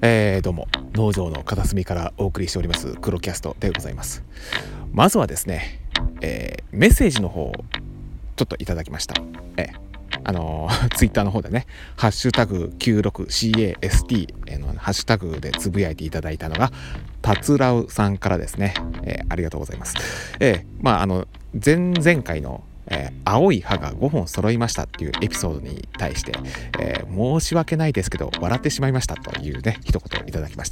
どうも農場の片隅からお送りしております黒キャストでございます。まずはですね、メッセージの方をちょっといただきました。ツイッターの方でね、ハッシュタグ 96CAST のハッシュタグでつぶやいていただいたのがたつらうさんからですね、ありがとうございます。前々回の青い歯が5本揃いましたっていうエピソードに対して、申し訳ないですけど笑ってしまいましたというね一言いただきまして、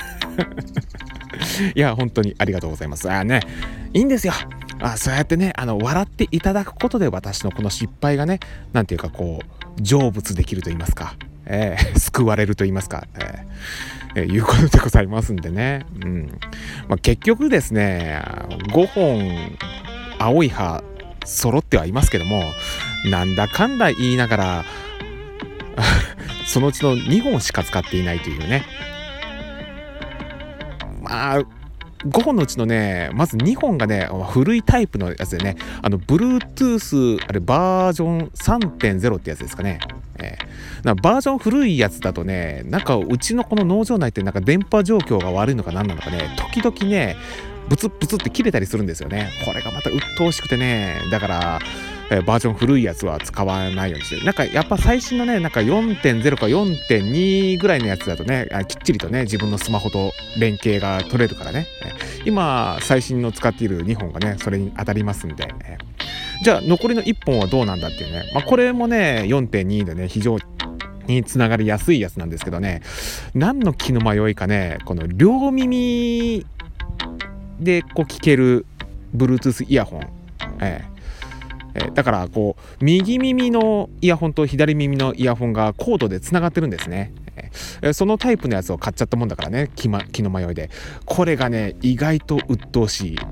いや本当にありがとうございます。いいんですよ。そうやってね笑っていただくことで私のこの失敗がねなんていうかこう成仏できると言いますか、救われると言いますか、いうことでございますんでね、結局ですね5本青い歯揃ってはいますけども、なんだかんだ言いながらそのうちの2本しか使っていないというね。5本のうちのねまず2本がね古いタイプのやつでね、Bluetooth あれバージョン 3.0 ってやつですかね。バージョン古いやつだとね、なんかうちのこの農場内ってなんか電波状況が悪いのか何なのかね、時々ねブツブツって切れたりするんですよね。これがまた鬱陶しくてね、だからバージョン古いやつは使わないようにして、なんかやっぱ最新のねなんか 4.0 か 4.2 ぐらいのやつだとねきっちりとね自分のスマホと連携が取れるからね、今最新の使っている2本がねそれに当たりますんで、じゃあ残りの1本はどうなんだっていうね、これもね 4.2 でね非常につながりやすいやつなんですけどね、何の気の迷いかねこの両耳でこう聞ける Bluetooth イヤホン、だからこう右耳のイヤホンと左耳のイヤホンがコードでつながってるんですね。そのタイプのやつを買っちゃったもんだからね、気の迷いで。これがね意外と鬱陶しい。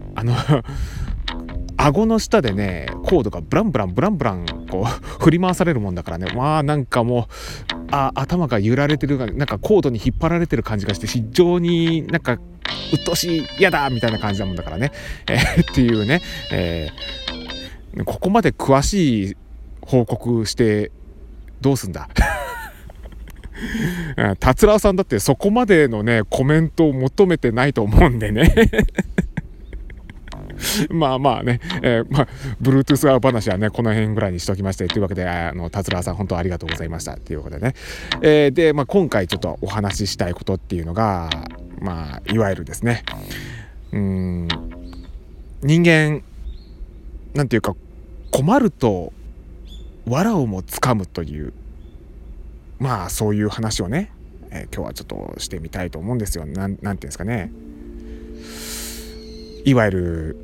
顎の下でねコードがブランブランこう振り回されるもんだからね、なんかもう頭が揺られてる、なんかコードに引っ張られてる感じがして非常になんか鬱陶しい、嫌だみたいな感じなもんだからね、っていうね、ここまで詳しい報告してどうすんだ達郎さんだってそこまでのねコメントを求めてないと思うんでねBluetooth 話はねこの辺ぐらいにしておきまして、というわけで達郎さん本当ありがとうございましたということでね、で今回ちょっとお話ししたいことっていうのがいわゆるですね人間なんていうか困ると藁をもつかむというそういう話をね、今日はちょっとしてみたいと思うんですよ。なんていうんですかね、いわゆる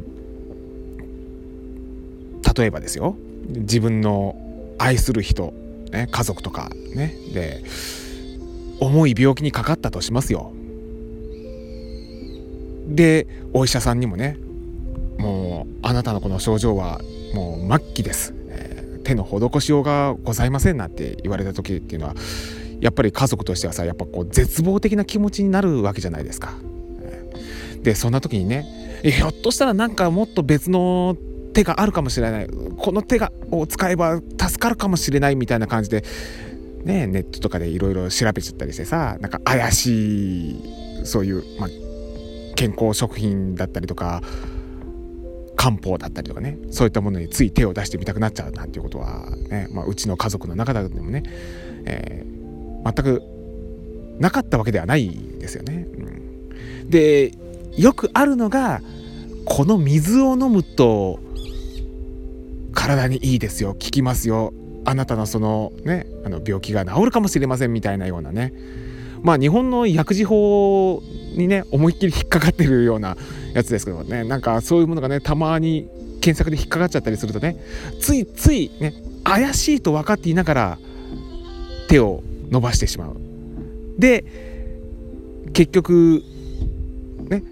例えばですよ、自分の愛する人、ね、家族とかねで重い病気にかかったとしますよ。でお医者さんにもねもうあなたのこの症状はもう末期です、手の施しようがございませんなんて言われた時っていうのはやっぱり家族としてはさやっぱこう絶望的な気持ちになるわけじゃないですか。でそんな時にねひょっとしたらなんかもっと別の手があるかもしれない、この手を使えば助かるかもしれないみたいな感じでねネットとかでいろいろ調べちゃったりしてさ、なんか怪しいそういう、健康食品だったりとか漢方だったりとかね、そういったものについ手を出してみたくなっちゃうなんていうことはね、うちの家族の中でもね、全くなかったわけではないんですよね。でよくあるのがこの水を飲むと体にいいですよ、効きますよ、あなたのそのね病気が治るかもしれませんみたいなようなね、日本の薬事法にね思いっきり引っかかってるようなやつですけどね、なんかそういうものがねたまに検索で引っかかっちゃったりするとね、ついついね怪しいと分かっていながら手を伸ばしてしまう。で結局ね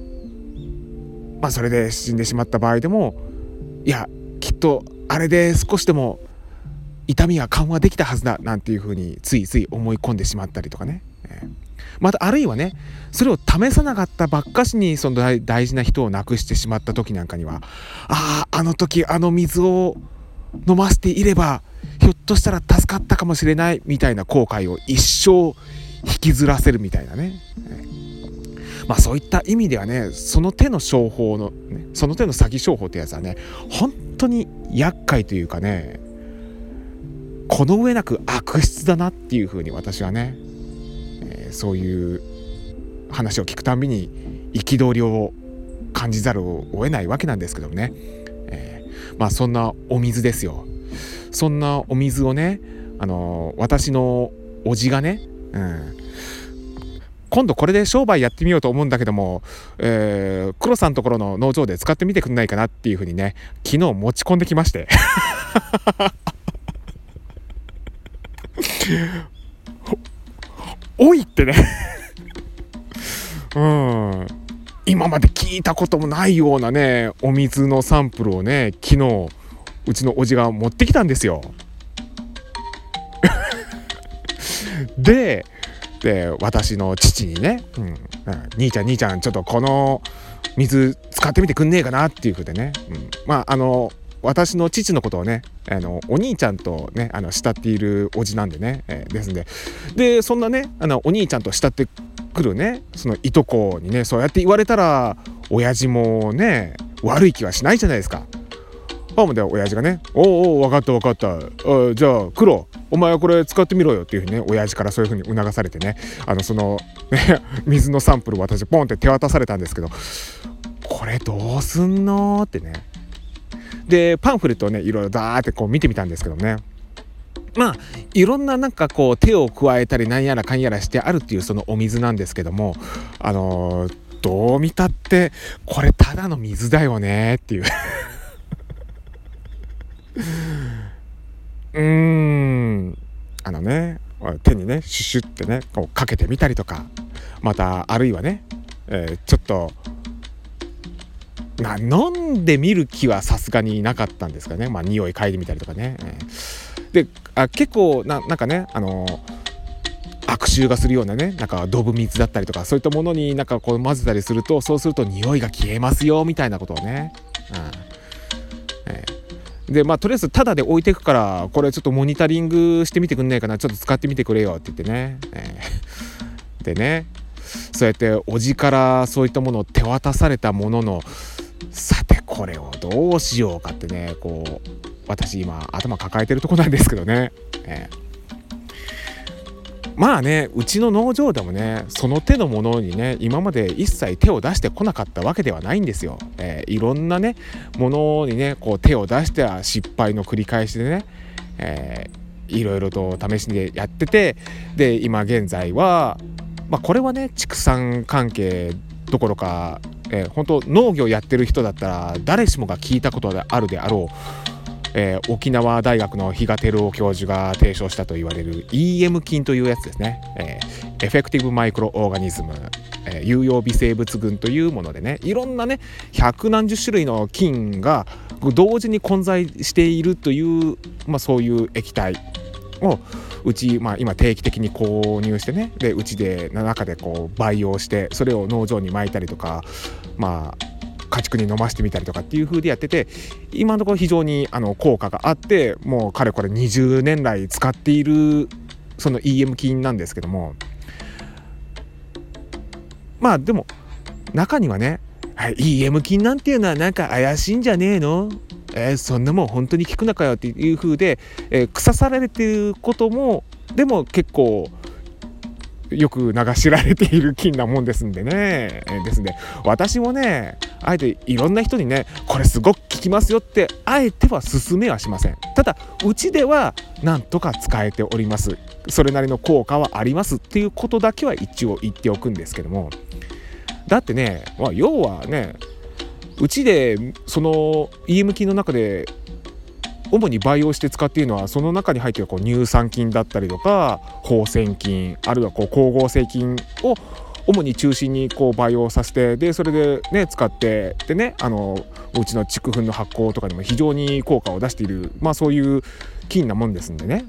それで死んでしまった場合でもいやきっとあれで少しでも痛みは緩和できたはずだなんていうふうについつい思い込んでしまったりとかね、またあるいはねそれを試さなかったばっかしにその大事な人を亡くしてしまった時なんかにはあの時あの水を飲ませていればひょっとしたら助かったかもしれないみたいな後悔を一生引きずらせるみたいなね、そういった意味ではね、その手の商法の、その手の詐欺商法ってやつはね、本当に厄介というかね、この上なく悪質だなっていうふうに私はね、そういう話を聞くたんびに憤りを感じざるを得ないわけなんですけどもね、そんなお水ですよ。そんなお水をね、私のおじがね、今度これで商売やってみようと思うんだけども、黒さんのところの農場で使ってみてくんないかなっていうふうにね、昨日持ち込んできましておいってね今まで聞いたこともないようなね、お水のサンプルをね、昨日うちのおじが持ってきたんですよで私の父にね、兄ちゃんちょっとこの水使ってみてくんねえかなっていうふうでね、私の父のことをね、お兄ちゃんとね慕っているおじなんでね、ですんでそんなねお兄ちゃんと慕ってくるね、そのいとこにねそうやって言われたら親父もね悪い気はしないじゃないですか。で親父がね「おう分かったじゃあ黒お前はこれ使ってみろよ」っていうふうにね親父からそういうふうに促されてね、そのね水のサンプルを私ポンって手渡されたんですけど、これどうすんのってね。でパンフレットをねいろいろダーってこう見てみたんですけどね、いろんななんかこう手を加えたりなんやらかんやらしてあるっていうそのお水なんですけども、どう見たってこれただの水だよねっていう手にねシュシュってねこうかけてみたりとか、またあるいはね、ちょっと飲んでみる気はさすがになかったんですかね。匂い嗅いでみたりとかね、で結構なんかね悪臭がするようなねなんかドブ水だったりとかそういったものになんかこう混ぜたりすると、そうすると匂いが消えますよみたいなことをね、でとりあえずタダで置いてくからこれちょっとモニタリングしてみてくんねえかな、ちょっと使ってみてくれよって言ってね、でねそうやっておじからそういったものを手渡されたものの、さてこれをどうしようかってねこう私今頭抱えてるとこなんですけどね、うちの農場でもねその手のものにね今まで一切手を出してこなかったわけではないんですよ。いろんなねものにねこう手を出しては失敗の繰り返しでね、いろいろと試しでやってて、で今現在はこれはね畜産関係どころか、本当農業やってる人だったら誰しもが聞いたことがあるであろう、沖縄大学の比嘉照夫教授が提唱したと言われる EM 菌というやつですね、エフェクティブマイクロオーガニズム、有用微生物群というものでね、いろんなね百何十種類の菌が同時に混在しているという、そういう液体をうち、今定期的に購入してね、でうちで中でこう培養してそれを農場に撒いたりとか家畜に飲ましてみたりとかっていう風でやってて、今のところ非常に効果があって、もうかれこれ20年来使っているその EM 菌なんですけども、でも中にはね、EM 菌なんていうのはなんか怪しいんじゃねえの、そんなもん本当に効くのかよっていう風で、腐されていることもでも結構よく流しられている菌なもんですんでね、ですんで私もねあえていろんな人にねこれすごく効きますよってあえては勧めはしません。ただうちではなんとか使えております、それなりの効果はありますっていうことだけは一応言っておくんですけども、だってね、要はねうちでその EM 菌の中で主に培養して使っているのはその中に入っているこう乳酸菌だったりとか放線菌、あるいはこう光合成菌を主に中心にこう培養させて、でそれでね使ってでねうちの畜糞の発酵とかにも非常に効果を出している、そういう菌なもんですんでね、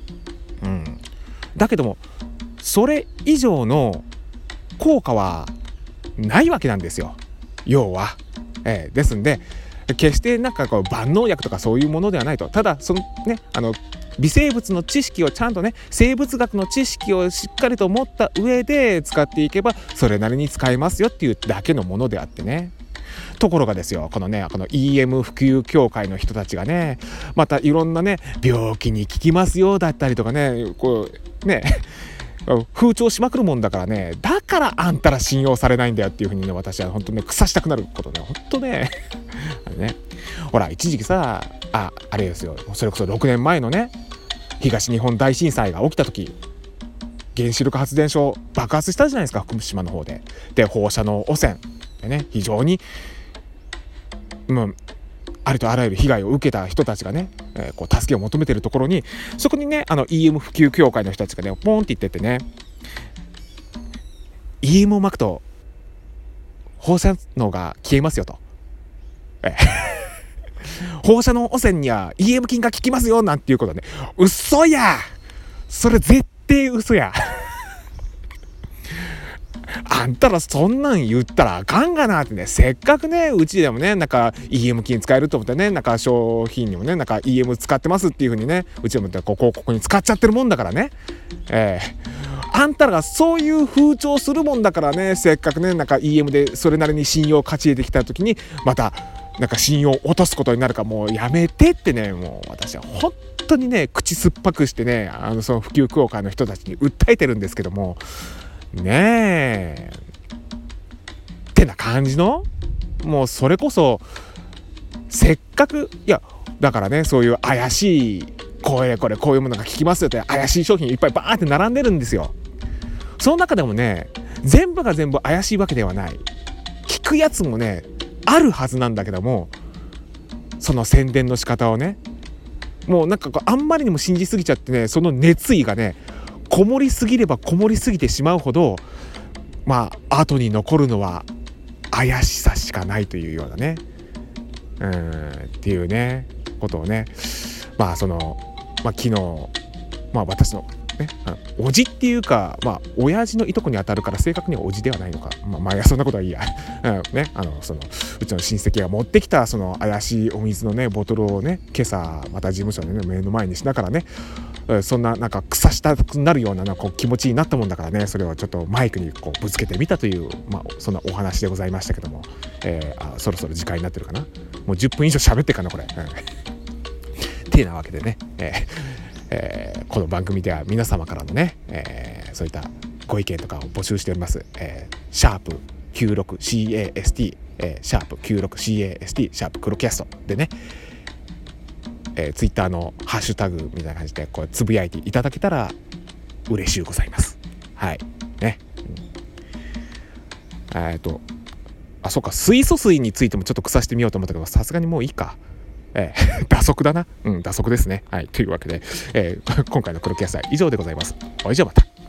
だけどもそれ以上の効果はないわけなんですよ、要は。ですんで決してなんかこう万能薬とかそういうものではないと。ただそのね微生物の知識をちゃんとね、生物学の知識をしっかりと持った上で使っていけばそれなりに使えますよっていうだけのものであってね。ところがですよ、この EM 普及協会の人たちがね、またいろんなね、病気に効きますよだったりとかね、こうね風潮しまくるもんだからね、だからあんたら信用されないんだよっていう風にね、私は本当ね、腐したくなることね、本当ねね、ほら一時期さ、あれですよ、それこそ6年前のね、東日本大震災が起きた時、原子力発電所爆発したじゃないですか、福島の方で。で、放射能汚染でね、非常にありとあらゆる被害を受けた人たちがね、こう助けを求めてるところに、そこにね、EM 普及協会の人たちがね、ポーンって言ってってね、EM をまくと放射能が消えますよと、放射能汚染には EM 菌が効きますよなんていうことね、嘘や、それ絶対嘘やあんたらそんなん言ったらあかんがなってね、せっかくね、うちでもね、なんか EM 菌使えると思ってね、なんか商品にもね、なんか EM 使ってますっていう風にね、うちでもここに使っちゃってるもんだからね、あんたらがそういう風潮するもんだからね、せっかくね、なんか EM でそれなりに信用を勝ち得てきた時にまたなんか信用を落とすことになるから、もうやめてってね、もう私は本当にね、口酸っぱくしてね、その普及協会の人たちに訴えてるんですけどもねえってな感じの、もうそれこそせっかく、いやだからね、そういう怪しいこういうものが効きますよって怪しい商品いっぱいバーって並んでるんですよ。その中でもね、全部が全部怪しいわけではない、効くやつもねあるはずなんだけども、その宣伝の仕方をね、もうなんかあんまりにも信じすぎちゃってね、その熱意がねこもりすぎればこもりすぎてしまうほど、後に残るのは怪しさしかないというようなね、っていうねことをね、昨日、私のね、おじっていうか、親父のいとこに当たるから正確にはおじではないのか、いやそんなことはいいやね、うちの親戚が持ってきたその怪しいお水のねボトルをね、今朝また事務所でね目の前にしながらね、そんななんか腐したくなるようなこう気持ちになったもんだからね、それをちょっとマイクにこうぶつけてみたという、そんなお話でございましたけども、そろそろ時間になってるかな、もう10分以上喋ってるかなこれ、てなわけでね、この番組では皆様からのね、そういったご意見とかを募集しております。シャープ 96CAST、シャープ 96CAST シャープ黒キャストでね、ツイッターのハッシュタグみたいな感じでこうつぶやいていただけたら嬉しゅうございます。はいね、そうか、水素水についてもちょっと腐してみようと思ったけど、さすがにもういいか。打足だな。打足ですね。はい。というわけで、今回の黒キャストは以上でございます。以上また。